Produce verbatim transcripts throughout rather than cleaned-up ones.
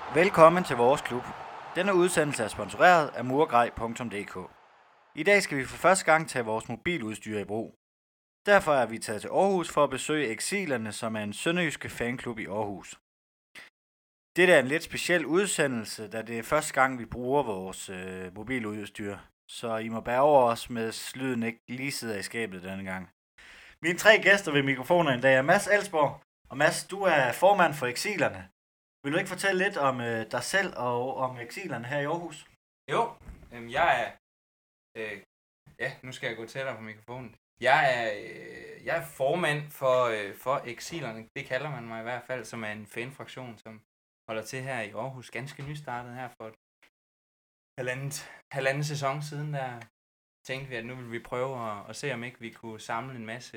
Velkommen til vores klub. Denne udsendelse er sponsoreret af murgrej punktum d k. I dag skal vi for første gang tage vores mobiludstyr i brug. Derfor er vi taget til Aarhus for at besøge Eksilerne, som er en sønderjyske fanklub i Aarhus. Dette er en lidt speciel udsendelse, da det er første gang, vi bruger vores øh, mobiludstyr. Så I må bære over os, med lyden ikke lige sidder i skabet denne gang. Mine tre gæster ved mikrofoner i dag er Mads Elsborg. Og Mads, du er formand for Eksilerne. Vil du ikke fortælle lidt om øh, dig selv og om Eksilerne her i Aarhus? Jo, øhm, jeg er... Øh, ja, nu skal jeg gå tættere på mikrofonen. Jeg er, øh, jeg er formand for, øh, for Eksilerne, det kalder man mig i hvert fald, som er en fanfraktion, som holder til her i Aarhus. Ganske nystartet her for et halvandet, halvandet sæson siden, der tænkte vi, at nu vil vi prøve at, at se, om ikke vi kunne samle en masse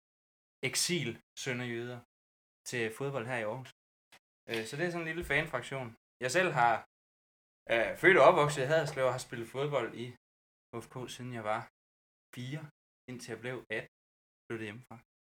eksil-sønderjyder til fodbold her i Aarhus. Så det er sådan en lille fanfraktion. Jeg selv har øh, født og opvokset i Haderslev og har spillet fodbold i H F K, siden jeg var fire, indtil jeg blev atten, flyttede hjemmefra.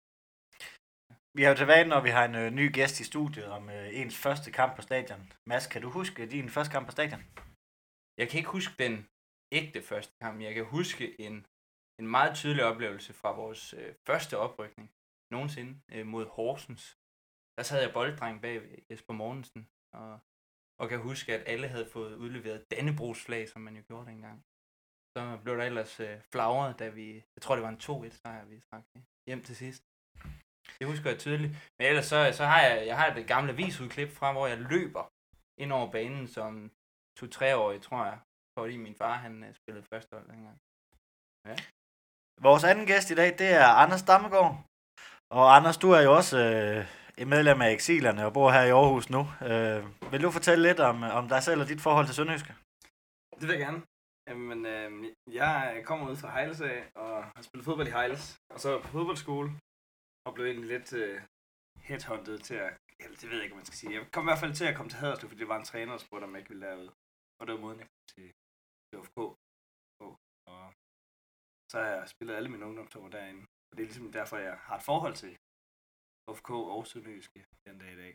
Vi har jo til vane, når vi har en øh, ny gæst i studiet, om øh, ens første kamp på stadion. Mads, kan du huske din første kamp på stadion? Jeg kan ikke huske den ægte første kamp, men jeg kan huske en, en meget tydelig oplevelse fra vores øh, første oprykning nogensinde øh, mod Horsens. Der sad jeg bolddreng bag Jesper Mortensen, og, og kan huske, at alle havde fået udleveret Dannebrogs flag, som man jo gjorde dengang. Så blev der ellers øh, flagret, da vi, jeg tror det var en to et sejr, vi trak hjem til sidst. Det husker jeg tydeligt. Men ellers så, så har jeg, jeg har det gamle avisudklip fra, hvor jeg løber ind over banen som to-tre-årig, tror jeg, fordi min far han øh, spillede førstehold dengang. Ja. Vores anden gæst i dag, det er Anders Dammegaard. Og Anders, du er jo også øh, et medlem af Eksilerne og bor her i Aarhus nu. Øh, vil du fortælle lidt om, om dig selv og dit forhold til sønderjyske? Det vil jeg gerne. Jamen, øh, jeg kommer ud fra Hejles af og har spillet fodbold i Hejles. Og så på fodboldskole og blev egentlig lidt øh, headhunted til at... Eller det ved jeg ikke, hvad man skal sige. Jeg kom i hvert fald til at komme til Haderslev, fordi det var en træner, der spurgte, om jeg ikke ville derude. Og det var måden, jeg kom til H F K. Og så har jeg spillet alle mine ungdomsår derinde. Og det er ligesom derfor, jeg har et forhold til H F K og sønderjyske den dag i dag.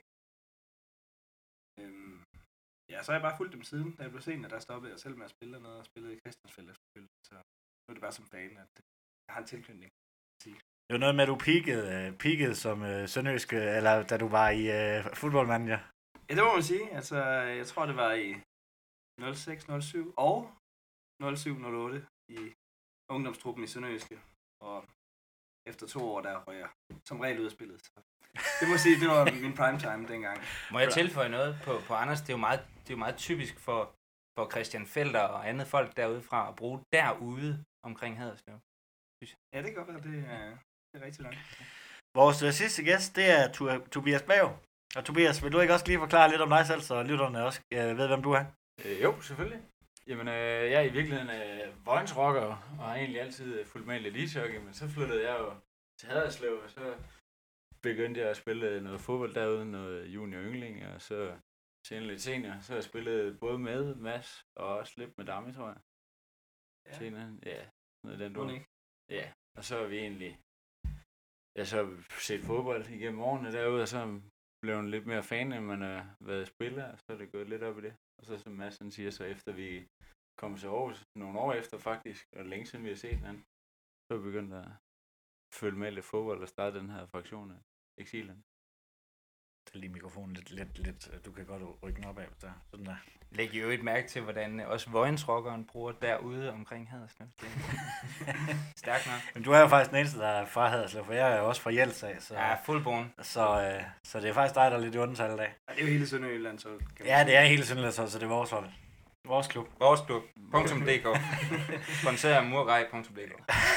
Øhm, ja, så har jeg bare fulgt dem siden, da jeg blev senior, der stoppede jeg selv med at spille dernede og spillede i Christiansfeld efterfølgende. Så nu er det bare som fan, at jeg har en tilknytning. Det var noget med, at du peakede, peakede som øh, sønderjyske, eller da du var i øh, fodboldmanager. Ja, det må man sige. Altså, jeg tror, det var i nul seks nul syv og nul syv nul otte i ungdomstruppen i Sønderjyske. Og efter to år, der røg jeg som regel ud af spillet. Så det må sige, det var min prime time dengang. Må jeg tilføje noget på, på Anders? Det er jo meget, det er jo meget typisk for, for Christian Felter og andet folk derude fra at bruge derude omkring Haderslev. Ja, det kan godt være, det er, det er rigtig langt. Vores øh, sidste gæst, det er Tobias Bav. Og Tobias, vil du ikke også lige forklare lidt om dig selv, så lytterne også øh, ved, hvem du er? Øh, jo, selvfølgelig. Jamen, øh, jeg er i virkeligheden øh, vojensrocker, og har egentlig altid øh, fulgt med i elitehockey, men så flyttede jeg jo til Haderslev, og så begyndte jeg at spille noget fodbold derude, noget junior yngling, og så senere lidt senior. Så har jeg spillet både med Mads og også lidt med Dami, tror jeg. Ja. Senere, ja, noget den du. Unik. Ja, og så er vi egentlig, jeg så set fodbold igennem årene derude, og så blev jeg lidt mere fan, end man har været spiller, og så er det gået lidt op i det. Og så som Mads siger, så efter vi kom til Aarhus, nogle år efter faktisk, og længe siden vi har set den, så er vi begyndt at følge med lidt fodbold og starte den her fraktion af Eksilerne. Tag lige mikrofonen lidt, lidt, lidt. Du kan godt rykke den op af, der. Sådan der. Læg jo et mærke til, hvordan også vojensrockeren bruger derude omkring Haderslev. Stærk nok. Men du er jo faktisk den eneste, der er fra Haderslev, for jeg er jo også fra Jelsag. Så, ja, fuldborn. Så, øh, så det er faktisk dig, der er lidt i undertal i dag. Ja, det er jo hele Sønderjylland, så... Ja, det er hele Sønderjylland, så, så det er vores hold. Vores klub. Vores klub. .dk. Sponsorer murgrej punktum d k.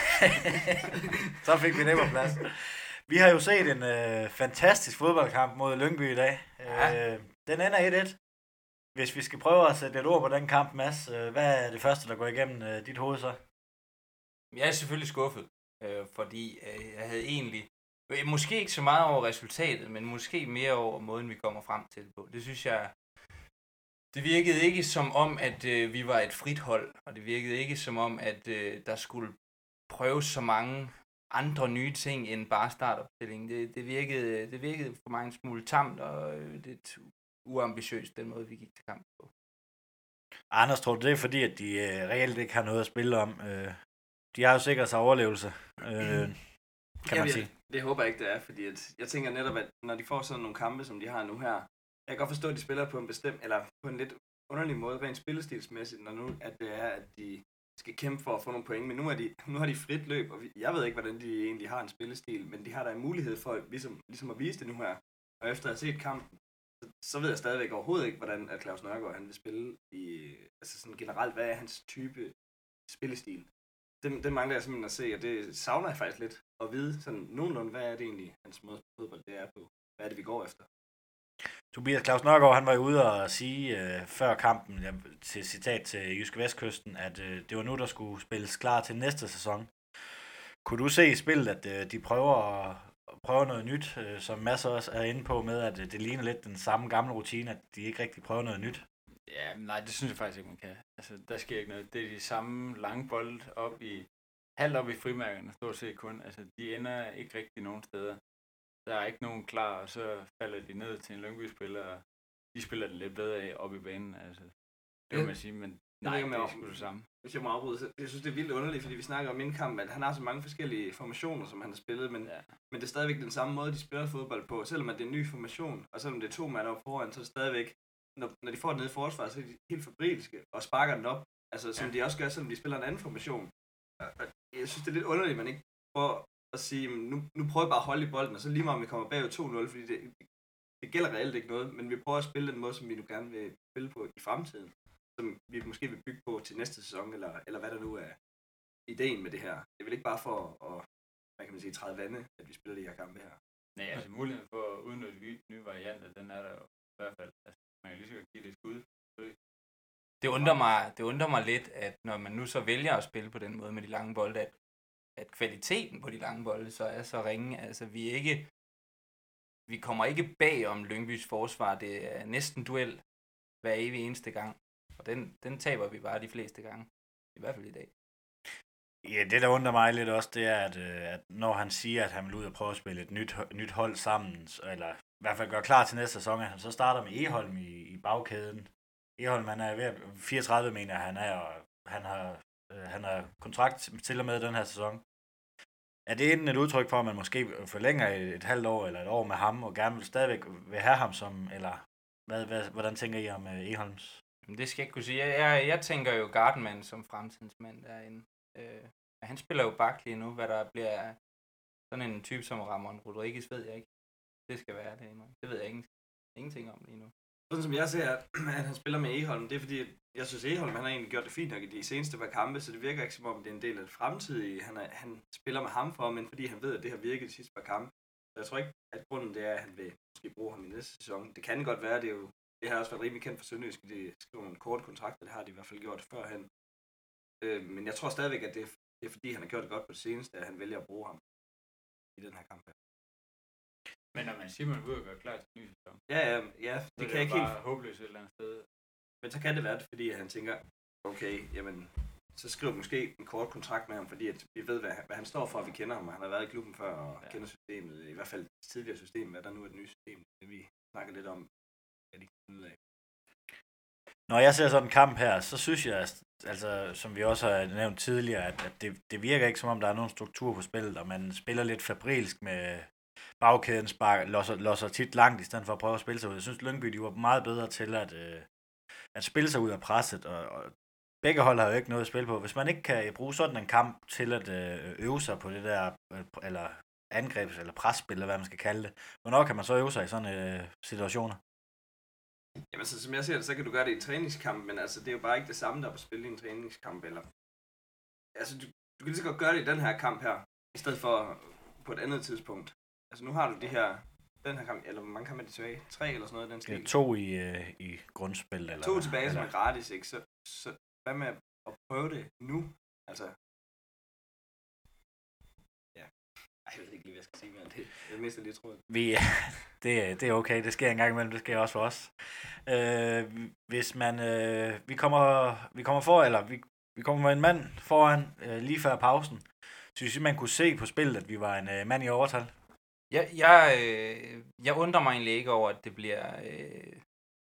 Så fik vi det på plads. Vi har jo set en øh, fantastisk fodboldkamp mod Lyngby i dag. Ja. Øh, den ender et et. Hvis vi skal prøve at sætte et ord på den kamp, Mads, øh, hvad er det første, der går igennem øh, dit hoved så? Jeg er selvfølgelig skuffet, øh, fordi øh, jeg havde egentlig, øh, måske ikke så meget over resultatet, men måske mere over måden, vi kommer frem til det på. Det synes jeg, det virkede ikke som om, at øh, vi var et frit hold, og det virkede ikke som om, at øh, der skulle prøves så mange andre nye ting end bare startopstillingen. Det, det, virkede, det virkede for mig en smule tamt, og øh, det uambitiøst, den måde, vi gik til kamp på. Anders, tror du det er fordi, at de øh, reelt ikke har noget at spille om? Øh, de har jo sikret sig overlevelse, øh, kan man jeg, sige. Det håber jeg ikke, det er, fordi at jeg tænker netop, at når de får sådan nogle kampe, som de har nu her, jeg kan godt forstå, at de spiller på en bestemt, eller på en lidt underlig måde, rent spillestilsmæssigt, når nu at det er, at de skal kæmpe for at få nogle point, men nu, er de, nu har de frit løb, og vi, jeg ved ikke, hvordan de egentlig har en spillestil, men de har da en mulighed for ligesom, ligesom at vise det nu her, og efter at have set kampen, så, så ved jeg stadigvæk overhovedet ikke, hvordan at Claus Nørgaard han vil spille i, altså sådan generelt, hvad er hans type spillestil? Det, det mangler jeg simpelthen at se, og det savner jeg faktisk lidt at vide, sådan nogenlunde, hvad er det egentlig, hans måde fodbold det er på, hvad er det, vi går efter? Tobias Claus Nørgaard, han var jo ude og sige øh, før kampen, ja, til citat til Jyske Vestkysten, at øh, det var nu, der skulle spilles klar til næste sæson. Kunne du se i spillet, at øh, de prøver at prøve noget nyt, øh, som masser også er inde på med, at øh, det ligner lidt den samme gamle rutine, at de ikke rigtig prøver noget nyt? Ja, nej, det synes jeg faktisk ikke, man kan. Altså, der sker ikke noget. Det er de samme lange bold op i, halvt op i frimærkerne, stort set kun. Altså, de ender ikke rigtig nogen steder. Der er ikke nogen klar, og så falder de ned til en Lyngby-spiller, og de spiller den lidt bedre af op i banen. Altså, det vil man sige, men nej, det er sgu det samme. Hvis jeg må afbryde, så jeg synes, det er vildt underligt, fordi vi snakker om indkamp, at han har så mange forskellige formationer, som han har spillet, men, ja. men det er stadigvæk den samme måde, de spiller fodbold på. Selvom at det er en ny formation, og selvom det er to mand op foran, så er det stadigvæk, når, når de får den nede i forsvaret, så er de helt fabrilske og sparker den op. Altså, som ja. de også gør, selvom de spiller en anden formation. Jeg synes, det er lidt underligt, at man ikke prøver at sige, nu, nu prøver vi bare at holde i bolden, og så lige meget om vi kommer bagud to nul, fordi det, det gælder reelt ikke noget, men vi prøver at spille den måde, som vi nu gerne vil spille på i fremtiden, som vi måske vil bygge på til næste sæson, eller, eller hvad der nu er ideen med det her. Det er vel ikke bare for at, hvad kan man sige, træde vande, at vi spiller de her kampe her. Nej, altså muligheden for at udnytte nye, nye varianter, den er der jo i hvert fald. Altså, man kan lige så godt give det et skud. Det undrer mig, det undrer mig lidt, at når man nu så vælger at spille på den måde med de lange bolde, at, at kvaliteten på de lange bolde så er så ringe. Altså, vi er ikke, vi kommer ikke bag om Lyngbys forsvar. Det er næsten duel hver evig eneste gang. Og den, den taber vi bare de fleste gange. I hvert fald i dag. Ja, det der undrer mig lidt også, det er, at, at når han siger, at han vil ud og prøve at spille et nyt, nyt hold sammen, eller i hvert fald gøre klar til næste sæson, at han så starter med Egholm i, i bagkæden. Egholm, han er ved at, fireogtredive, mener han er, og han har, øh, han har kontrakt til og med den her sæson. Er det enten et udtryk for, at man måske forlænger et, et halvt år eller et år med ham, og gerne vil stadigvæk vil have ham som, eller hvad, hvad, hvordan tænker I om uh, Egholms? Det skal jeg ikke kunne sige. Jeg, jeg, jeg tænker jo Gardenman som fremtidens mand derinde. Øh, han spiller jo bak lige nu, hvad der bliver sådan en type som Ramon Rodriguez, ved jeg ikke. Det skal være det endnu. Det ved jeg ikke, ingenting om lige nu. Sådan som jeg ser, at han spiller med Egholm, det er fordi, jeg synes, at Egholm han har egentlig gjort det fint nok i de seneste par kampe, så det virker ikke som om, det er en del af det fremtidige, han, er, han spiller med ham for, men fordi han ved, at det har virket de sidste par kampe. Så jeg tror ikke, at grunden det er, at han vil måske bruge ham i næste sæson. Det kan godt være, det er jo, det har også været rimelig kendt for Sønderjysk, de skriver nogle korte kontrakter, det har de i hvert fald gjort førhen. Øh, men jeg tror stadigvæk, at det er, det er fordi, han har gjort det godt på det seneste, at han vælger at bruge ham i den her kamp her. Men når man siger, at man vil gøre klar til ny sæson, ja, ja, ja, det, det kan er ikke bare helt håbløst et eller andet sted. Men så kan det være det, fordi han tænker, okay, jamen, så skriver vi måske en kort kontrakt med ham, fordi at vi ved, hvad, hvad han står for, og vi kender ham, og han har været i klubben før, og ja. kender systemet, i hvert fald det tidligere system, hvad der nu er et nyt system, det vi snakker lidt om, hvad de kan ud af. Når jeg ser sådan en kamp her, så synes jeg, altså, som vi også har nævnt tidligere, at, at det, det virker ikke, som om der er nogen struktur på spillet, og man spiller lidt fabrilsk med bagkæden, sparker, losser, losser tit langt, i stedet for at prøve at spille sig ud. Jeg synes, Lyngby, de var meget bedre til at, øh, at spille sig ud af presset, og, og begge hold har jo ikke noget at spille på. Hvis man ikke kan bruge sådan en kamp til at øh, øve sig på det der, øh, eller angrebs- eller presspil, eller hvad man skal kalde det, hvornår kan man så øve sig i sådan øh, situationer? Jamen, så som jeg ser det, så kan du gøre det i en træningskamp, men altså, det er jo bare ikke det samme, der er på spil i en træningskamp, eller... Altså, du, du kan lige så godt gøre det i den her kamp her, i stedet for på et andet tidspunkt. Altså, nu har du de her, den her kamp, eller hvor mange kampe er de tilbage? Tre eller sådan noget, den stil? Ja, to i, øh, i grundspil, eller... To tilbage, eller... som er gratis, ikke? Så, så hvad med at prøve det nu? Altså... Ja, Ej, jeg ved ikke lige, hvad jeg skal sige, men det, det mister lige tråden. Vi, det, det er okay, det sker en gang imellem, det sker også for os. Øh, hvis man, øh, vi kommer, vi kommer for, eller vi, vi kommer med en mand foran øh, lige før pausen, synes I, man kunne se på spillet, at vi var en øh, mand i overtal? Jeg, jeg, øh, jeg undrer mig egentlig ikke over, at det bliver, øh,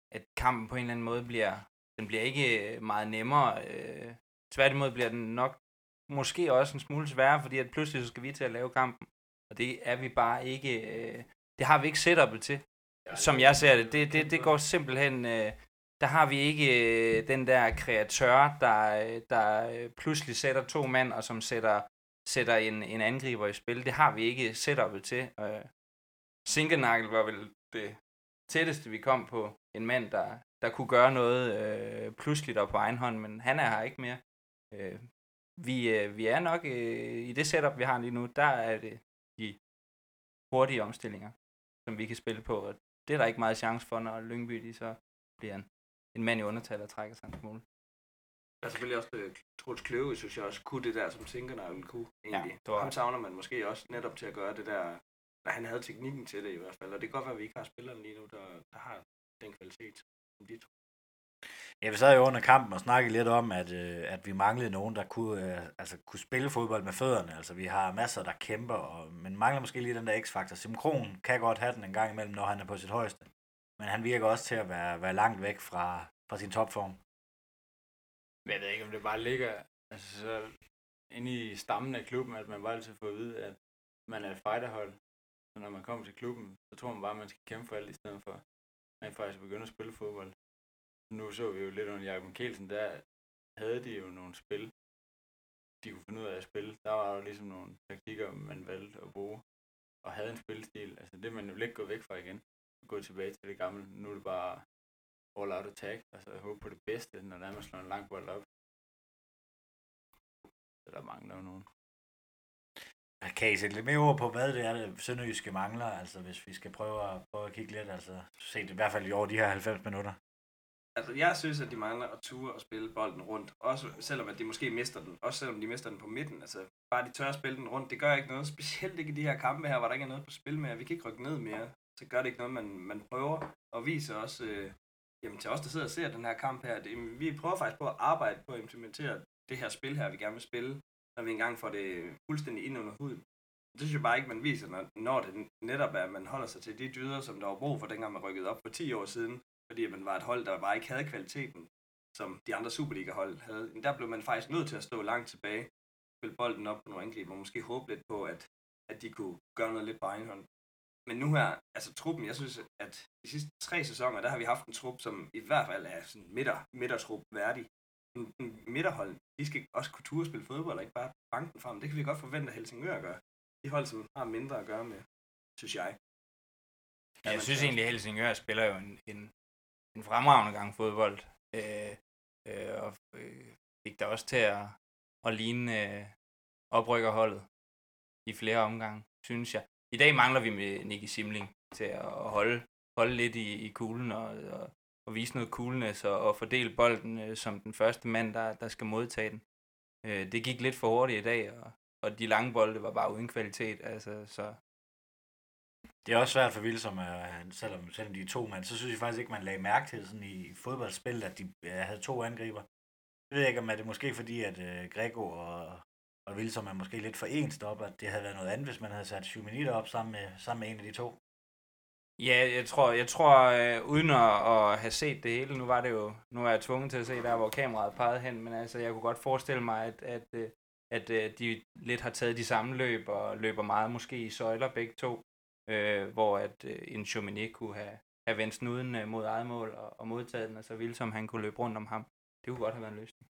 at kampen på en eller anden måde bliver, den bliver ikke meget nemmere. Øh, tværtimod bliver den nok måske også en smule sværere, fordi at pludselig så skal vi til at lave kampen. Og det er vi bare ikke, øh, det har vi ikke setupet til, som jeg ser det. Det, det, det går simpelthen, øh, der har vi ikke øh, den der kreatør, der, der pludselig sætter to mand, og som sætter, sætter en, en angriber i spil. Det har vi ikke setupet til. Øh, Zinckernagel var vel det tætteste, vi kom på en mand, der, der kunne gøre noget øh, pludseligt og på egen hånd, men han er her ikke mere. Øh, vi, øh, vi er nok øh, i det setup, vi har lige nu, der er det de hurtige omstillinger, som vi kan spille på, og det er der ikke meget chance for, når Lyngby de så bliver en, en mand i undertal og trækker sig en smule. Der er selvfølgelig også uh, Troels Kløve, synes jeg også, kunne det der, som Zinckernagel kunne, egentlig. Ja, var... Ham savner man måske også netop til at gøre det der, når han havde teknikken til det i hvert fald, og det kan godt være, at vi ikke har spillerne lige nu, der, der har den kvalitet, som de to. Ja, vi sad jo under kampen og snakkede lidt om, at, øh, at vi manglede nogen, der kunne, øh, altså, kunne spille fodbold med fødderne. Altså, vi har masser, der kæmper, og, men mangler måske lige den der x-faktor. Simon Krohn kan godt have den en gang imellem, når han er på sit højeste. Men han virker også til at være, være langt væk fra, fra sin topform. Men jeg ved ikke, om det bare ligger altså, så inde i stammen af klubben, at man bare altid får at vide, at man er et fighterhold. Så når man kommer til klubben, så tror man bare, at man skal kæmpe for alt, i stedet for at man faktisk begynder at spille fodbold. Nu så vi jo lidt under Jakob Mikkelsen, der havde de jo nogle spil, de kunne finde ud af at spille. Der var jo ligesom nogle taktikker, man valgte at bruge, og havde en spilstil. Altså det er man jo lidt gået væk fra igen. Gå tilbage til det gamle. Nu er det bare all out attack, altså jeg håber på det bedste, når der er, man slår en lang bold op. Så der mangler jo nogen. Kan I sætte lidt mere ord på, hvad det er, det sønderjyske mangler, altså hvis vi skal prøve at, prøve at kigge lidt, altså se det i hvert fald i over de her halvfems minutter? Altså, jeg synes, at de mangler at ture og spille bolden rundt. Også selvom at de måske mister den. Også selvom de mister den på midten. Altså, bare de tør at spille den rundt. Det gør ikke noget. Specielt ikke i de her kampe her, hvor der ikke er noget på spil mere. Vi kan ikke rykke ned mere. Så gør det ikke noget, man, man prøver. Og viser også, øh, jamen til os, der sidder og ser den her kamp her. Det, vi prøver faktisk på at arbejde på at implementere det her spil her, vi gerne vil spille. Når vi engang får det fuldstændig ind under huden. Det synes jeg bare ikke, man viser, når, når det netop er, at man holder sig til de dyder, som der var brug for, dengang man rykkede op for ti år siden. Fordi man var et hold, der bare ikke havde kvaliteten, som de andre Superliga-hold havde. Men der blev man faktisk nødt til at stå langt tilbage, spille bolden op på nogle angriber, og måske håbe lidt på, at, at de kunne gøre noget lidt på egen hånd. Men nu her, altså truppen, jeg synes, at de sidste tre sæsoner, der har vi haft en trup, som i hvert fald er sådan midter, midtertrup værdig. En, en midterhold, de skal også kunne turde spille fodbold, og ikke bare banke den frem. Det kan vi godt forvente, at Helsingør gør. De hold, som har mindre at gøre med, synes jeg. Ja, jeg synes egentlig, at Helsingør spiller jo en, en en fremragende gang fodbold, øh, øh, og øh, fik der også til at, at ligne øh, oprykkerholdet i flere omgange, synes jeg. I dag mangler vi med Nicky Simling til at holde, holde lidt i, i kuglen og, og, og vise noget coolness og, og fordele bolden øh, som den første mand, der, der skal modtage den. Øh, det gik lidt for hurtigt i dag, og, og de lange bolde var bare uden kvalitet, altså så. Det er også svært for Vilsom, selvom, selvom de er to mand, så synes jeg faktisk ikke, man lagde mærke til sådan i fodboldspil, at de havde to angriber. Jeg ved ikke, om det er måske fordi, at uh, Grego og, og Vilsom er måske lidt for enst op, at det havde været noget andet, hvis man havde sat Schuminitter op sammen med, sammen med en af de to. Ja, jeg tror, jeg tror øh, uden at, at have set det hele, nu var det jo, nu er jeg tvunget til at se der, hvor kameraet pegede hen, men altså, jeg kunne godt forestille mig, at, at, at, at, at de lidt har taget de samme løb, og løber meget måske i søjler begge to. Øh, hvor at øh, en Chaumini kunne have, have vendt snuden øh, mod eget mål og, og modtaget den, og så ville som han kunne løbe rundt om ham. Det kunne godt have været en løsning.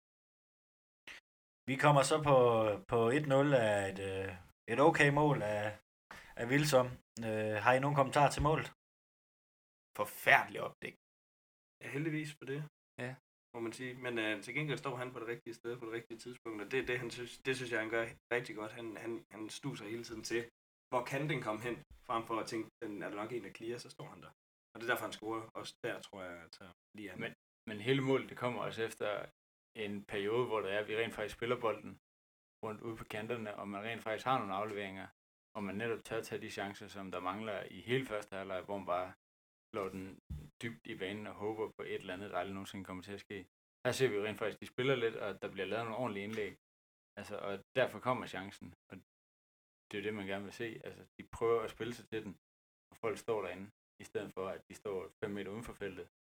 Vi kommer så på, på et nul af et, øh, et okay mål af, af Vilsom. Øh, har I nogen kommentarer til målet? Forfærdelig opdæk. Ja, heldigvis for det. Ja. Må man sige. Men øh, til gengæld står han på det rigtige sted på det rigtige tidspunkt, og det, det, han synes, det synes jeg, han gør rigtig godt. Han, han, han stuser hele tiden til, hvor kan den komme hen, frem for at tænke, den er der nok en, der clear, så står han der. Og det er derfor, han scorer også der, tror jeg, at lige men, men hele målet, det kommer også efter en periode, hvor der er, vi rent faktisk spiller bolden rundt ude på kanterne, og man rent faktisk har nogle afleveringer, og man netop tør tage de chancer, som der mangler i hele første halvleg, hvor man bare slår den dybt i banen og håber på et eller andet, der aldrig nogensinde kommer til at ske. Her ser vi jo rent faktisk, de spiller lidt, og der bliver lavet nogle ordentlige indlæg. Altså, og derfor kommer chancen, og det er jo det, man gerne vil se. Altså, de prøver at spille sig til den, og folk står derinde, i stedet for, at de står fem meter uden for feltet,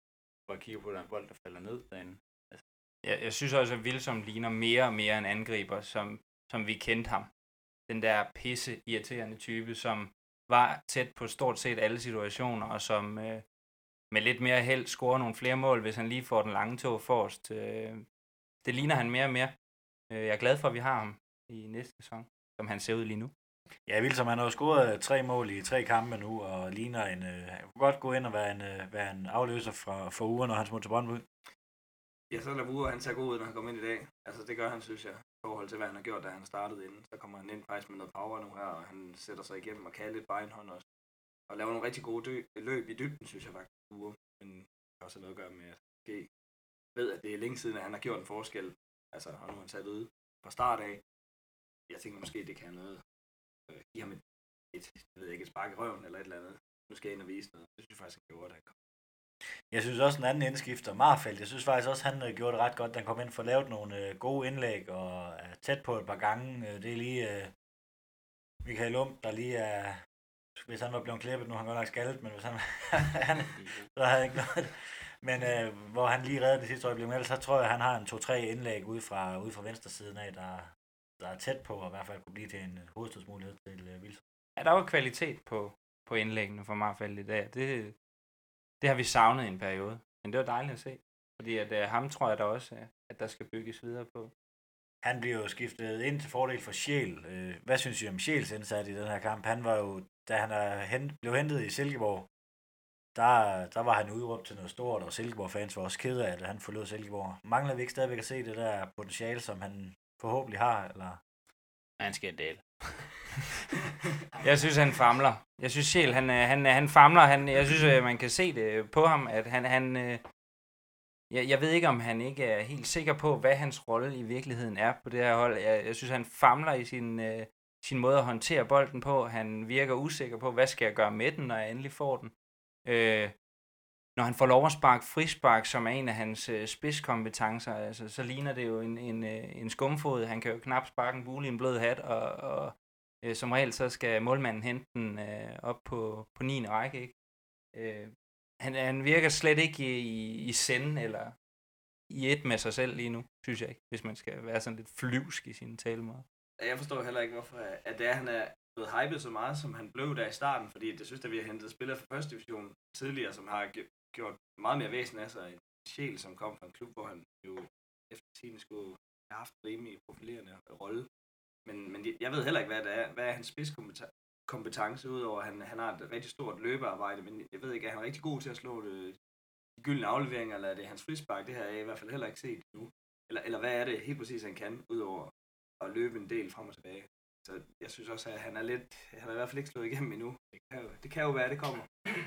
bare kigger på, at der er en bold, der falder ned derinde. Altså. Jeg, jeg synes også, at Wilson ligner mere og mere en angriber, som, som vi kendte ham. Den der pisse irriterende type, som var tæt på stort set alle situationer, og som øh, med lidt mere held scorer nogle flere mål, hvis han lige får den lange tog forrest. Øh, det ligner han mere og mere. Øh, jeg er glad for, at vi har ham i næste sæson, som han ser ud lige nu. Ja, Wilson, han har jo scoret tre mål i tre kampe nu, og ligner en... Øh, han kunne godt gå ind og være en, øh, være en afløser for, for uger, når han smutter til Brøndby. Ja, så lader Uger, han tager god ud, når han kommer ind i dag. Altså, det gør han, synes jeg, i forhold til, hvad han har gjort, da han startede inden. Så kommer han ind faktisk med noget power nu her, og han sætter sig igennem og kan lidt beinhånd også. Og laver nogle rigtig gode dø- løb i dybden, synes jeg faktisk, Uger. Men det har også noget at gøre med, at G ved, at det er længe siden, at han har gjort en forskel. Altså, og nu har han sat ud fra start af. Jeg tænker måske, det kan noget. Øh, give ham et, et, jeg ved ikke, et spark i røven eller et eller andet. Nu skal jeg ind og vise noget. Det synes jeg faktisk, han gjorde, da han kom. Jeg synes også, en anden indskifter, Marfeldt, jeg synes faktisk også, han øh, gjorde det ret godt. Den kom ind for at lave nogle øh, gode indlæg og er tæt på et par gange. Øh, det er lige øh, Michael Lum, der lige er... Hvis han var blevet klippet, nu har han godt nok skaldet, men hvis han... han så havde ikke noget... Men øh, hvor han lige reddede det sidste øjeblik, men ellers så tror jeg, at han har en to-tre indlæg ude fra, ude fra venstre siden af, der, der er tæt på, og i hvert fald kunne blive til en hovedstødsmulighed til øh, Wilson. Ja, der var kvalitet på, på indlæggene for Marfeldt i dag. Det, det har vi savnet i en periode, men det var dejligt at se. Fordi at, uh, ham tror jeg da også, at der skal bygges videre på. Han bliver jo skiftet ind til fordel for Scheel. Øh, hvad synes I om Scheels indsat i den her kamp? Han var jo, da han er hent, blev hentet i Silkeborg, der, der var han udråbt til noget stort, og Silkeborg-fans var også kede af, at han forlod Silkeborg. Mangler vi ikke stadigvæk at se det der potentiale, som han forhåbentlig har? Eller? Han skal dele. Jeg synes, han famler. Jeg synes selv, han, han, han famler. Han, jeg synes, man kan se det på ham, at han... han jeg, jeg ved ikke, om han ikke er helt sikker på, hvad hans rolle i virkeligheden er på det her hold. Jeg, jeg synes, han famler i sin, sin måde at håndtere bolden på. Han virker usikker på, hvad skal jeg gøre med den, når jeg endelig får den. Øh, når han får lov at sparke frispark, som er en af hans øh, spidskompetencer, altså, så ligner det jo en, en, øh, en skumfod. Han kan jo knap sparke en bule i en blød hat, og, og øh, som regel så skal målmanden hente den øh, op på, på niende række. Ikke? Øh, han, han virker slet ikke i, i, i send eller i et med sig selv lige nu, synes jeg ikke, hvis man skal være sådan lidt flyvsk i sine talemåder. Jeg forstår heller ikke, hvorfor at det er, han er blevet hypet så meget, som han blev der i starten, fordi det synes, at vi har hentet spillere fra første division tidligere, som har gjort meget mere væsen af sig end Scheel, som kom fra en klub, hvor han jo efter tiden skulle have haft en rimelig profilerende rolle. Men, men jeg ved heller ikke, hvad det er. Hvad er hans spidskompetence, udover at han, han har et rigtig stort løbearbejde, men jeg ved ikke, er han rigtig god til at slå det, de gyldne afleveringer, eller er det hans frispark? Det har jeg i hvert fald heller ikke set nu. Eller, eller hvad er det helt præcis, han kan, udover at løbe en del frem og tilbage? Så jeg synes også, at han er lidt, han har i hvert fald ikke slået igennem endnu. Det kan jo, det kan jo være, det kommer.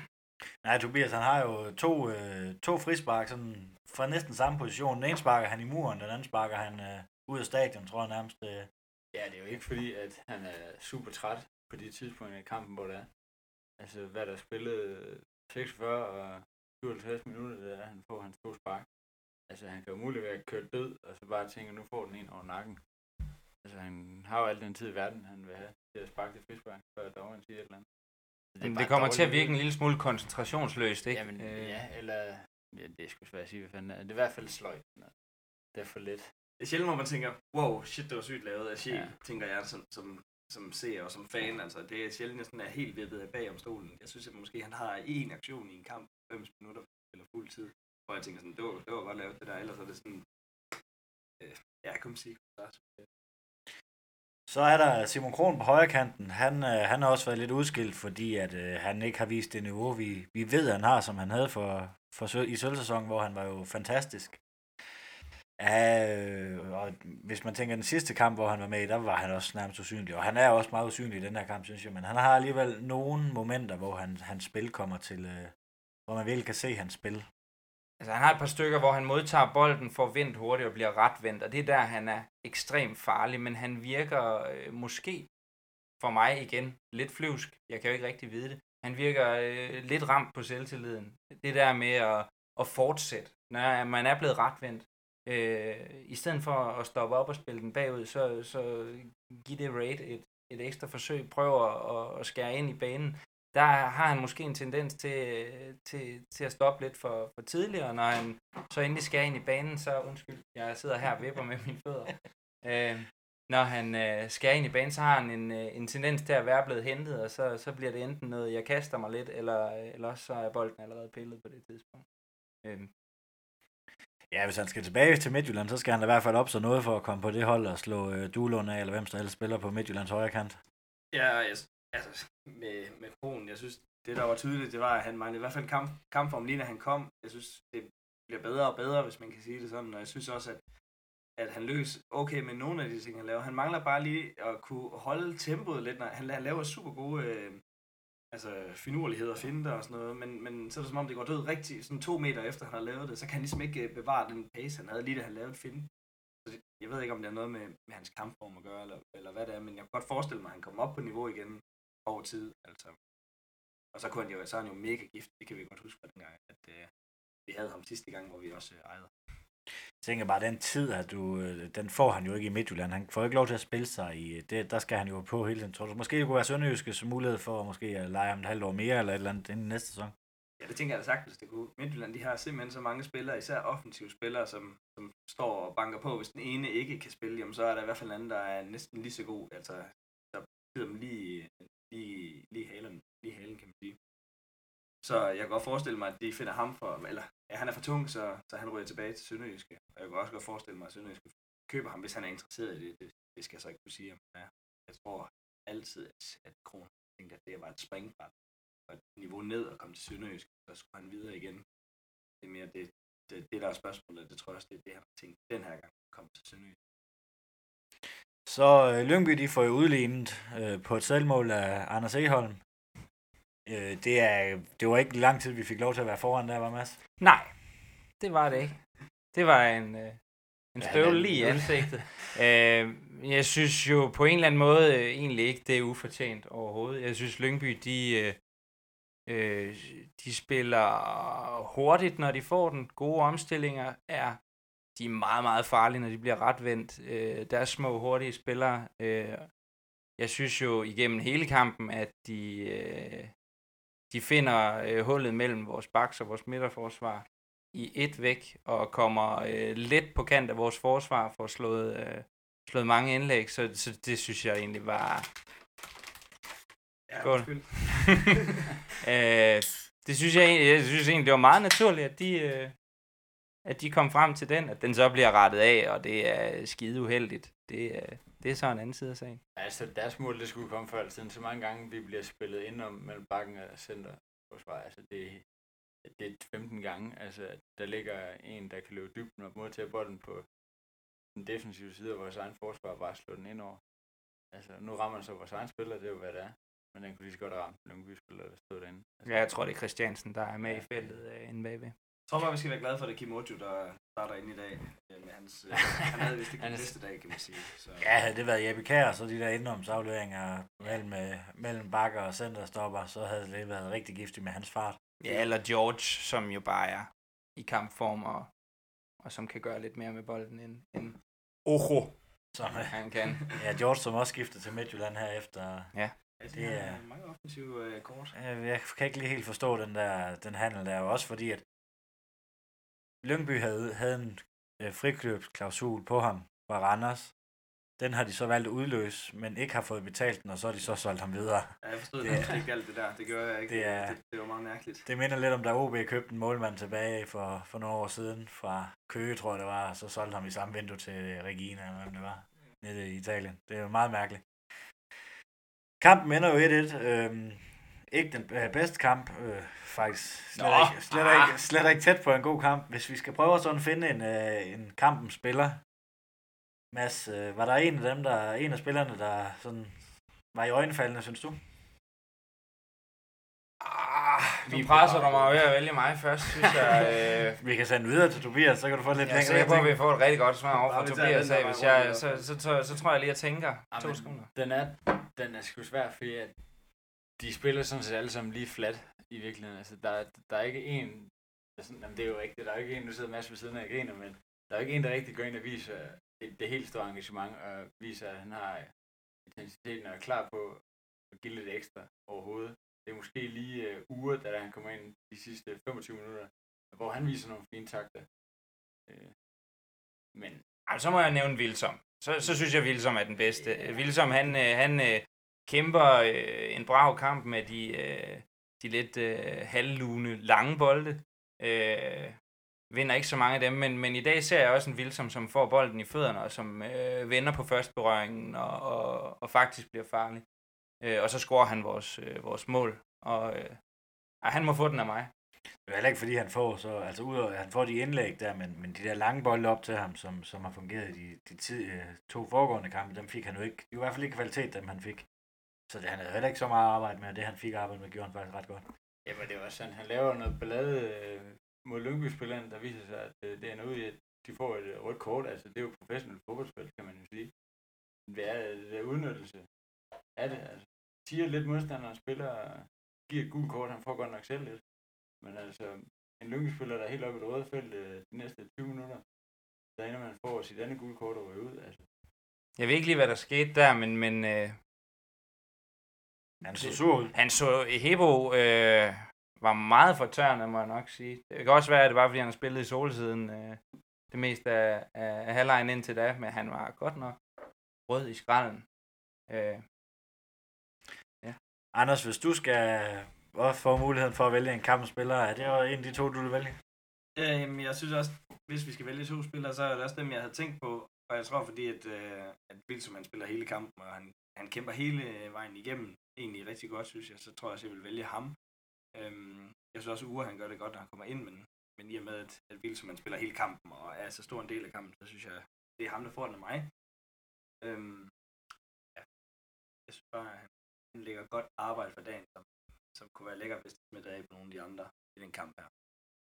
Nej, Tobias, han har jo to, øh, to frispark sådan, fra næsten samme position. Den ene sparker han i muren, den anden sparker han øh, ud af stadion, tror jeg nærmest. Øh. Ja, det er jo ikke fordi, at han er super træt på de tidspunkter i kampen, hvor det er. Altså, hvad der er spillet seksogfyrre og syvoghalvtreds minutter, det er, han får hans to spark. Altså, han kan jo muligt være kørt død, og så bare tænke, nu får den en over nakken. Altså, han har jo al den tid i verden, han vil have til at sparke det frispark, før dommeren siger et eller andet. Det, det kommer til at virke en lille smule koncentrationsløst, ikke? Jamen, øh... ja, eller... Ja, det er sgu svært at sige, hvad fanden er. Det er i hvert fald sløjt. Det er for lidt. Det er sjældent, hvor man tænker, wow, shit, det var sygt lavet af Scheel, ja. tænker jeg som, som, som seer og som fan. Altså, det er sjældent, jeg sådan er helt vippet af bag om stolen. Jeg synes, at måske han har en aktion i en kamp, fem minutter eller fuld tid, hvor jeg tænker sådan, det var, det var godt lavet det der, ellers er det sådan... Øh, ja, jeg kunne sige, Så er der Simon Kron på højre kanten. Han, øh, han har også været lidt udskilt, fordi at, øh, han ikke har vist det niveau, vi, vi ved, han har, som han havde for, for i sølvsæsonen, hvor han var jo fantastisk. Ja, øh, og hvis man tænker den sidste kamp, hvor han var med i, der var han også nærmest usynlig. Og han er også meget usynlig i den her kamp, synes jeg. Men han har alligevel nogle momenter, hvor han, hans spil kommer til, øh, hvor man virkelig kan se hans spil. Altså, han har et par stykker, hvor han modtager bolden, får vendt hurtigt og bliver retvendt, og det er der, han er ekstremt farlig, men han virker øh, måske, for mig igen, lidt flyvsk. Jeg kan jo ikke rigtig vide det. Han virker øh, lidt ramt på selvtilliden. Det der med at, at fortsætte, når man er blevet retvendt. Øh, I stedet for at stoppe op og spille den bagud, så, så giv det Raid et, et ekstra forsøg. Prøv at, at skære ind i banen. der har han måske en tendens til, til, til at stoppe lidt for, for tidligt, og når han så endelig skal ind i banen, så undskyld, jeg sidder her og vipper med mine fødder. Øh, når han øh, skal ind i banen, så har han en, øh, en tendens til at være blevet hentet, og så, så bliver det enten noget, jeg kaster mig lidt, eller, eller også så er bolden allerede pillet på det tidspunkt. Øh. Ja, hvis han skal tilbage til Midtjylland, så skal han da i hvert fald op så noget for at komme på det hold og slå øh, Duelund af, eller hvem der ellers spiller på Midtjyllands højre kant. Ja, jeg, altså med, med Krohn, jeg synes, det der var tydeligt, det var, at han manglede i hvert fald kamp, kampform lige når han kom. Jeg synes, det bliver bedre og bedre, hvis man kan sige det sådan, og jeg synes også, at, at han løs okay med nogle af de ting, han laver. Han mangler bare lige at kunne holde tempoet lidt, når han, han laver super gode øh, altså, finurligheder, finter og sådan noget, men, men så er det som om, det går død rigtigt, sådan to meter efter han har lavet det, så kan han ligesom ikke bevare den pace, han havde lige da han lavede finde. Jeg ved ikke, om det er noget med, med hans kampform at gøre, eller, eller hvad det er, men jeg kan godt forestille mig, at han kommer op på niveau igen over tid. Altså. Og så, kunne han jo, så er han jo mega gift, det kan vi godt huske fra den gang, at øh, vi havde ham sidste gang, hvor vi også øh, ejede. Jeg tænker bare, den tid, at du, den får han jo ikke i Midtjylland. Han får ikke lov til at spille sig i det. Der skal han jo på hele tiden. Tror du, måske det kunne være Sønderjyskes mulighed for måske at lege ham et halvt år mere, eller et eller andet inden næste sæson? Ja, det tænker jeg da sagtens, det kunne. Midtjylland, de har simpelthen så mange spillere, især offensive spillere, som, som står og banker på. Hvis den ene ikke kan spille, jamen, så er der i hvert fald en anden, der er næsten lige så god. Altså, der bider dem lige, lige, lige, halen, lige halen, kan man sige. Så jeg kan godt forestille mig, at de finder ham for, eller ja, han er for tung, så, så han ryger tilbage til Sønderjyske. Og jeg kan også godt forestille mig, at Sønderjyske køber ham, hvis han er interesseret i det. Det, det skal jeg så ikke kunne sige, om ja. Jeg tror altid, at, at Krohn tænkte, at det var et springbræt og et niveau ned og komme til Sønderjyske, så skulle han videre igen. Det er mere det, det, det der er spørgsmålet, det tror jeg også, det er det, han har tænkt den her gang, at komme til Sønderjyske. Så øh, Lyngby, de får jo udlignet øh, på et selvmål af Anders Egholm. Øh, det, er, det var ikke lang tid, vi fik lov til at være foran der, var Mads? Nej, det var det ikke. Det var en, øh, en støvle lige i ansigtet. øh, jeg synes jo på en eller anden måde øh, egentlig ikke, det er ufortjent overhovedet. Jeg synes, Lyngby, de, øh, øh, de spiller hurtigt, når de får den. Gode omstillinger er de er meget, meget farlige, når de bliver retvendt. Øh, der er små, hurtige spillere. Øh, jeg synes jo igennem hele kampen, at de... Øh, De finder øh, hullet mellem vores backs og vores midterforsvar i et væk, og kommer øh, lidt på kant af vores forsvar for at slået, øh, slået mange indlæg, så, så det synes jeg egentlig var... Ja, Skål. øh, det synes jeg, egentlig, jeg synes egentlig, det var meget naturligt, at de, øh, at de kom frem til den, at den så bliver rettet af, og det er skide uheldigt. Det, øh, det er så en anden side af sagen. Altså, deres mål, det skulle komme før tiden. Så mange gange, vi bliver spillet indenom mellem bakken og centerforsvar. Altså, det, det er femten gange. Altså, der ligger en, der kan løbe dybden og modtage bolden på den defensive side af vores egen forsvar og bare slå den ind over. Altså, nu rammer den så vores egen spiller, det er jo, hvad det er. Men den kunne lige så godt have ramt nogle byspillere, der stod derinde. Altså, ja, jeg tror, det er Christiansen, der er med ja. i feltet øh, inde bagved. Jeg tror bare, vi skal være glade for, at det er Kim Ojo, der starter inde i dag. Med hans, øh, han havde vist ikke den bedste dag, kan man sige. Så. Ja, havde det været Jeppe Kjær, så de der indenomsafleveringer mellem, mellem bakker og centerstopper, så havde det været rigtig giftigt med hans fart. Ja, eller George, som jo bare er i kampform, og, og som kan gøre lidt mere med bolden end, end Ojo, som han kan. Ja, George, som også skifter til Midtjylland her efter... Ja. Det er mange offensive øh, kort. Jeg kan ikke lige helt forstå den der den handel der, også fordi at Lyngby havde, havde en øh, frikøbsklausul på ham fra Randers. Den har de så valgt at udløse, men ikke har fået betalt den, og så har de så solgt ham videre. Ja, jeg forstod det, det ikke alt det der. Det gør jeg ikke. Det, er, det, det var meget mærkeligt. Det minder lidt om, da O B købte en målmand tilbage for, for nogle år siden fra Køge, tror jeg det var, og så solgte ham i samme vindue til Regina, eller hvad det var, nede i Italien. Det er jo meget mærkeligt. Kampen ender jo et et. Øhm, ikke den bedste kamp, øh, faktisk slet, ikke, slet, ikke, slet ikke tæt på en god kamp. Hvis vi skal prøve at sådan finde en, øh, en kampens spiller, Mads, øh, var der en af dem, der en af spillerne, der sådan var i øjenfaldende, synes du? Ah, vi presser dig mig ved at vælge mig først, synes jeg. Øh... vi kan sende videre til Tobias, så kan du få lidt længere. Jeg er sikker på, at vi får et rigtig godt svar over fra Tobias af, hvis jeg, så, så, så, så tror jeg lige, at jeg tænker ja, to sekunder. Den er, den er sgu svær, fordi at de spiller sådan set alle sammen lige flat i virkeligheden. Altså, der, der er ikke en, der sådan, jamen, det er jo rigtigt, der er ikke en, der sidder Mads ved siden af griner, men der er ikke en, der rigtig går ind og viser det, det helt store engagement, og viser, at han har intensiteten og er klar på at give lidt ekstra overhovedet. det er måske lige uh, uger, da han kommer ind de sidste femogtyve minutter, hvor han viser nogle fine takter. Øh, men... Altså, så må jeg nævne Wilsom. Så, så synes jeg, Wilsom er den bedste. Wilsom, han, han øh, kæmper øh, en brav kamp med de, øh, de lidt øh, halvlune lange bolde. Øh, vinder ikke så mange af dem, men, men i dag ser jeg også en Wilsom, som får bolden i fødderne, og som øh, vender på førsteberøringen, og, og, og faktisk bliver farlig. Øh, og så scorer han vores, øh, vores mål, og øh, han må få den af mig. Det er heller ikke, fordi han får så, altså udover, han får de indlæg der, men, men de der lange bolde op til ham, som, som har fungeret i de, de tid, to foregående kampe, dem fik han jo ikke, det var i hvert fald ikke kvalitet, dem han fik. Så det, han havde heller ikke så meget arbejde med, og det han fik arbejde med, gjorde han faktisk ret godt. Jamen det var sådan, han laver noget ballade øh, mod Lyngby-spilleren, der viser sig, at øh, det ender ud i, at de får et øh, rødt kort, altså det er jo professionelt fodboldspil, kan man jo sige. Det er, det er udnyttelse af det, altså. Tiger lidt modstanderen spiller, giver et gult kort, han får godt nok selv lidt. Men altså, en Lyngby-spiller, der er helt oppe i det røde felt øh, de næste tyve minutter, der ender man får sit andet gule kort og ryger ud, altså. Jeg ved ikke lige, hvad der skete der, men, men øh, han så sur ud. Han så, Hebo øh, var meget fortørnet, må jeg nok sige. Det kan også være, at det var, fordi han har spillet i solsiden øh, det meste af, af halvlejen indtil da, men han var godt nok rød i skralden. Øh, ja. Anders, hvis du skal også få muligheden for at vælge en kampspiller, er det jo en af de to, du vil vælge? Øhm, jeg synes også, hvis vi skal vælge to spillere, så er det også dem, jeg havde tænkt på. Og jeg tror, fordi at, øh, at Wilson, han spiller hele kampen, og han, han kæmper hele vejen igennem, egentlig rigtig godt, synes jeg, så tror jeg også, jeg vil vælge ham. Øhm, jeg synes også, at Ure, han gør det godt, når han kommer ind, men, men i og med, at, at Wilson, han spiller hele kampen, og er så stor en del af kampen, så synes jeg, det er ham, der får den af mig. Øhm, ja. Jeg synes bare, at han lægger godt arbejde for dagen, som, som kunne være lækker, hvis det smitter af på nogle af de andre i den kamp her.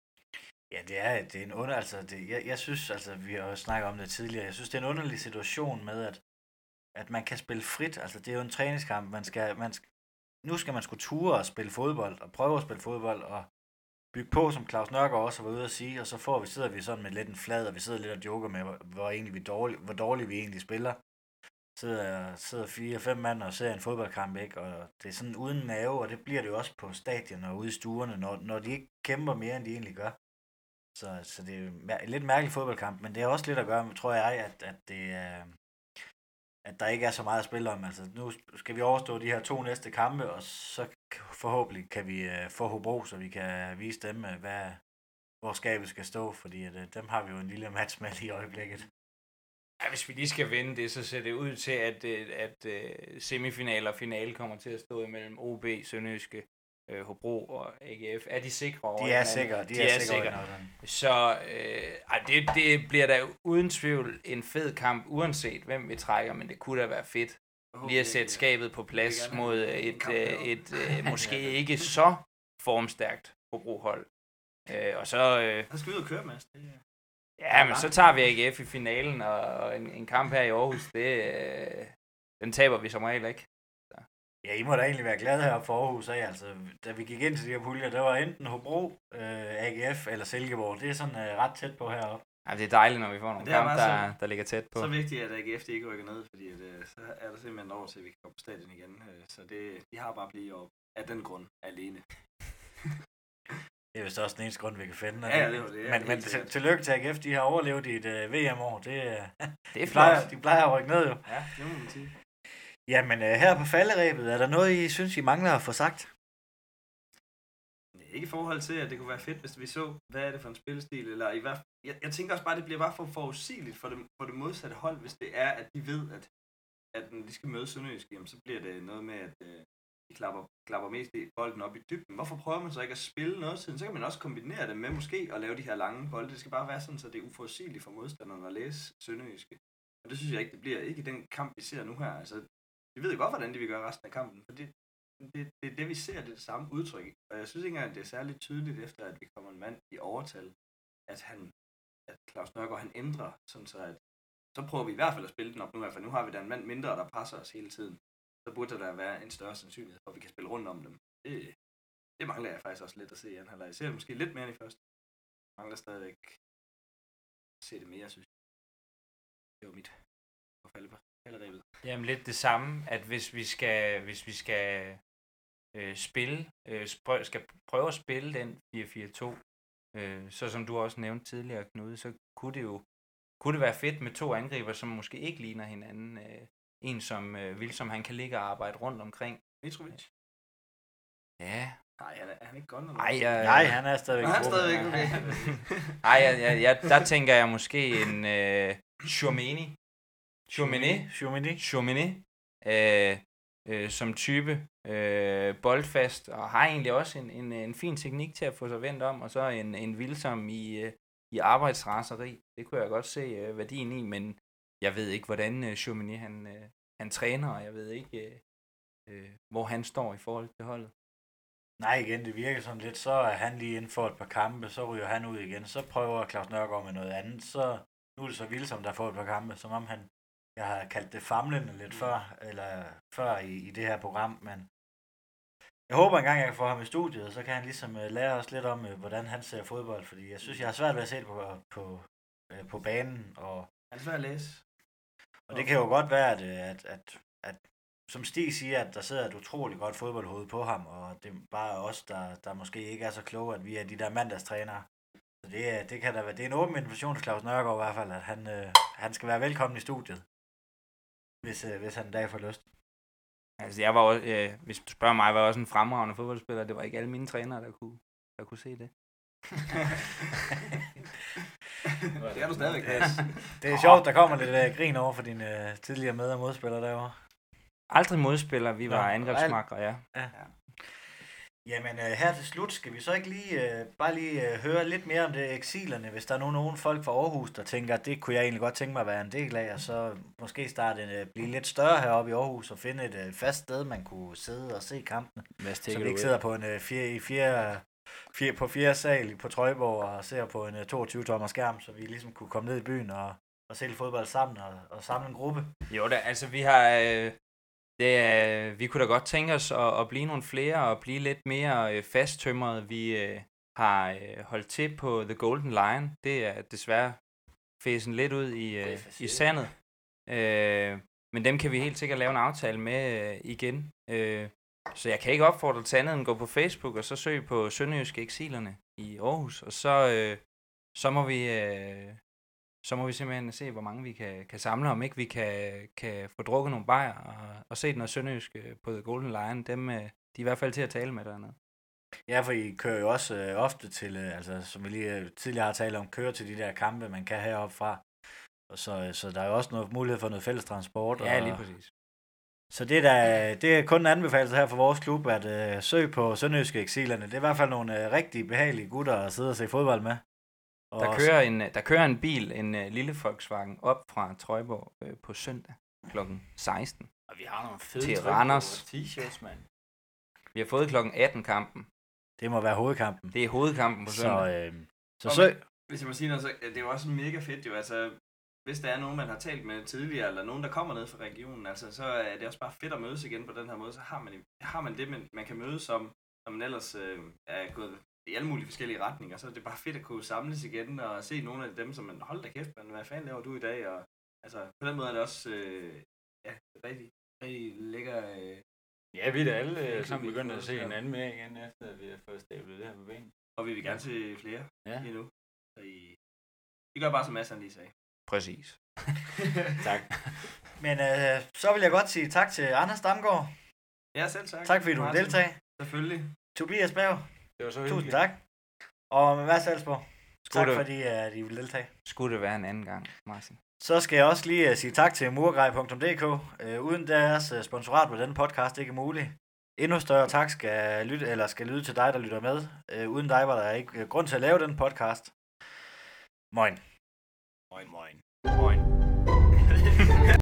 Ja, det er, det er en under, altså, det, jeg, jeg synes, altså, vi har jo snakket om det tidligere, jeg synes, det er en underlig situation med, at, at man kan spille frit, altså, det er jo en træningskamp, man skal, man skal, nu skal man skulle ture og spille fodbold, og prøve at spille fodbold, og bygge på, som Claus Nørgaard også har været ude at sige, og så får vi, sidder vi sådan med lidt en flad, og vi sidder lidt og joker med, hvor, hvor, egentlig vi dårlig, hvor dårligt vi egentlig spiller. Sidder, sidder fire, fem mand og ser en fodboldkamp, ikke? Og det er sådan uden nerve, og det bliver det jo også på stadion og ude i stuerne, når, når de ikke kæmper mere, end de egentlig gør. Så, så det er en lidt mærkelig fodboldkamp, men det har også lidt at gøre med, tror jeg, at, at, det, er, at der ikke er så meget at spille om. Altså, nu skal vi overstå de her to næste kampe, og så forhåbentlig kan vi få Hobro, så vi kan vise dem, hvad, hvor skabet skal stå, fordi at, dem har vi jo en lille match med i øjeblikket. Ja, hvis vi lige skal vinde det, så ser det ud til, at, at, at semifinaler og finale kommer til at stå imellem O B, Sønderjyske, Hobro og A G F. Er de sikre over? De er sikre, de, de er, er sikre. sikre. Så øh, det, det bliver da uden tvivl en fed kamp, uanset hvem vi trækker, men det kunne da være fedt lige at sætte skabet på plads mod et, et, et, et øh, måske ikke så formstærkt Hobro-hold. Øh, og så... Øh, så skal vi ud og køre, Mads. Ja, men så tager vi A G F i finalen, og en, en kamp her i Aarhus, det, øh, den taber vi som regel ikke. Så. Ja, I må da egentlig være glade heroppe for Aarhus af. Altså, da vi gik ind til de her puljer, der var enten Hobro, øh, A G F eller Silkeborg. Det er sådan øh, ret tæt på heroppe. Ja, det er dejligt, når vi får nogle kampe, der, der ligger tæt på. Så vigtigt, at A G F de ikke rykker ned, fordi at, øh, så er der simpelthen over til, at vi kan komme på stadion igen. Øh, så det, de har bare blivet op af den grund alene. Det er vist også den eneste grund, vi kan finde. Ja, det, det, det men men til, tillykke til A G F, de har overlevet i et uh, V M-år. Det, det er de, plejer, de plejer at rykke ned jo. Ja, det må man sige. Jamen, uh, her på falderæbet, er der noget, I synes, I mangler at få sagt? Ikke i forhold til, at det kunne være fedt, hvis vi så, hvad er det for en spillestil, eller i hvert fald, jeg, jeg tænker også bare, at det bliver bare for forudsigeligt for det, for det modsatte hold, hvis det er, at de ved, at, at når de skal møde Sønderjysk, så bliver det noget med, at uh, de klapper, klapper mest bolden op i dybden. Hvorfor prøver man så ikke at spille noget siden? Så kan man også kombinere det med måske at lave de her lange bolde. Det skal bare være sådan, så det er uforudsigeligt for modstanderne at læse Sønderjyske. Og det synes jeg ikke, det bliver. Ikke i den kamp, vi ser nu her. Altså, vi ved godt, hvordan de vil gøre resten af kampen, for det, det, det, det vi ser, det er det samme udtryk. Og jeg synes ikke engang, at det er særligt tydeligt, efter at vi kommer en mand i overtal, at han, at Claus Nørgaard, han ændrer, sådan så at, så prøver vi i hvert fald at spille den op nu, for nu har vi da en mand mindre, der passer os hele tiden. Så burde der være en større sandsynlighed for, at vi kan spille rundt om dem. Det, det mangler jeg faktisk også lidt at se i anden halvleg. Jeg ser det måske lidt mere end i første. Jeg mangler stadigvæk at se det mere, synes jeg. Det var mit på falderæbet. Jamen lidt det samme, at hvis vi skal, hvis vi skal øh, spille, øh, sprø- skal prøve at spille den fire fire to, øh, så som du også nævnte tidligere, Knude, så kunne det jo kunne det være fedt med to angriber, som måske ikke ligner hinanden. Øh, en som øh, vil, som han kan ligge og arbejde rundt omkring. Mitrovic? Ja. Nej, han er, er han ikke godt? Ej, jeg, Nej, han er stadigvæk. Han er stadigvæk okay. Ej, jeg, jeg, jeg, der tænker jeg måske en øh, Tchouaméni. Tchouaméni. Tchouaméni. Tchouaméni. Øh, øh, som type. Øh, boldfast. Og har egentlig også en, en, en fin teknik til at få sig vendt om. Og så en, en vildsom i, øh, i arbejdsraseri. Det kunne jeg godt se øh, værdien i. Men jeg ved ikke, hvordan øh, Tchouaméni han, øh, han træner. Og jeg ved ikke, øh, øh, hvor han står i forhold til holdet. Nej, igen, det virker sådan lidt, så er han lige inden for et par kampe, så ryger han ud igen, så prøver Claus Nørgaard med noget andet, så nu er det så Vilsom, der får et par kampe, som om han, jeg har kaldt det famlende lidt før, eller før i, i det her program, men jeg håber engang, jeg kan få ham i studiet, så kan han ligesom uh, lære os lidt om, uh, hvordan han ser fodbold, fordi jeg synes, jeg har svært ved at se det på, på, uh, på banen, og, Han er svært at læse. og det kan jo godt være, at, at, at, at som Stig siger, at der sidder et utroligt godt fodboldhoved på ham, og det er bare os, der, der måske ikke er så kloge, at vi er de der mandagstrænere. Så det, det kan da være, det er en åben invitation til Claus Nørgaard i hvert fald, at han, øh, han skal være velkommen i studiet, hvis, øh, hvis han en dag får lyst. Altså, jeg var også, øh, hvis du spørger mig, var jeg også en fremragende fodboldspiller. Det var ikke alle mine trænere, der kunne, der kunne se det. Det er du stadigvæk, Ja. Det er sjovt, der kommer lidt øh, grin over for dine øh, tidligere med- og modspillere derovre. Aldrig modspiller, vi var Nå, angrebsmakker, ja. Ja. Jamen øh, her til slut skal vi så ikke lige øh, bare lige øh, høre lidt mere om det eksilerne, hvis der er nogen, nogen folk fra Aarhus, der tænker, at det kunne jeg egentlig godt tænke mig at være en del af, og så måske starte øh, blive lidt større heroppe i Aarhus og finde et øh, fast sted, man kunne sidde og se kampene. Så vi ikke sidder på en øh, fire, i fire, fire, på fjerde sal på Trøjborg og ser på en øh, toogtyve tommer skærm, så vi ligesom kunne komme ned i byen og, og se lidt fodbold sammen og, og samle en gruppe. Jo da, altså vi har... Øh, det, øh, vi kunne da godt tænke os at, at blive nogle flere og blive lidt mere øh, fasttømret. Vi øh, har øh, holdt til på The Golden Lion. Det er desværre fæsen lidt ud i, øh, i sandet. Øh, men dem kan vi helt sikkert lave en aftale med øh, igen. Øh, så jeg kan ikke opfordre til andet end at gå på Facebook og så søge på Sønderjyske Eksilerne i Aarhus. Og så, øh, så må vi... Øh, så må vi simpelthen se, hvor mange vi kan, kan samle, om ikke vi kan, kan få drukket nogle bajer og, og set noget sønderjysk på The Golden Lion. Dem, de er i hvert fald til at tale med dernede. Ja, for I kører jo også øh, ofte til, øh, altså som vi lige øh, tidligere har talt om, kører til de der kampe, man kan heroppe fra. Og så, øh, så der er jo også noget mulighed for noget fælles transport. Ja, og, lige præcis. Så det er, der, det er kun en anbefaling her for vores klub, at øh, søge på Sønderjyske Eksilerne. Det er i hvert fald nogle øh, rigtig behagelige gutter at sidde og se fodbold med. Og Der kører, en, der kører en bil, en uh, lille Volkswagen, op fra Trøjborg øh, på søndag klokken seksten. Og vi har nogle fede Til tryk Randers. på t-shirts, mand. Vi har fået klokken atten kampen. Det må være hovedkampen. Det er hovedkampen på søndag. Så, øh, så Og søg. Hvis jeg må sige noget, så det er jo også mega fedt jo, altså hvis der er nogen, man har talt med tidligere, eller nogen, der kommer ned fra regionen, altså så er det også bare fedt at mødes igen på den her måde, så har man, har man det, man, man kan mødes som, når man ellers øh, er gået i alle mulige forskellige retninger, så er det bare fedt at kunne samles igen og se nogle af dem, som man, hold da kæft, man, hvad fanden laver du i dag, og altså på den måde er det også, øh, ja, rigtig, rigtig lækker. Øh, Ja, vi er da alle Virkelig øh, sammen vildt begyndt at se fodbold. hinanden mere igen, efter at vi har fået stablet det her på banen. og vi vil gerne se flere Ja. endnu. Så I, I gør bare, som Mads han lige sagde. Præcis. Tak. Men øh, så vil jeg godt sige tak til Anders Damgaard. Ja, selv tak. Tak fordi du vil Martin. deltage. Selvfølgelig. Tobias Berg. Det var så Tusind hyggeligt. tak. Og med Mads Salsborg. Tak det- fordi uh, I vil deltage. Skulle det være en anden gang, Martin? Så skal jeg også lige uh, sige tak til murgrej punktum d k. Uh, uden deres uh, sponsorat på denne podcast ikke muligt. Endnu større tak skal lytte eller skal lyde til dig, der lytter med. Uh, uden dig var der ikke uh, grund til at lave den podcast. Moin. Moin, moin. Moin.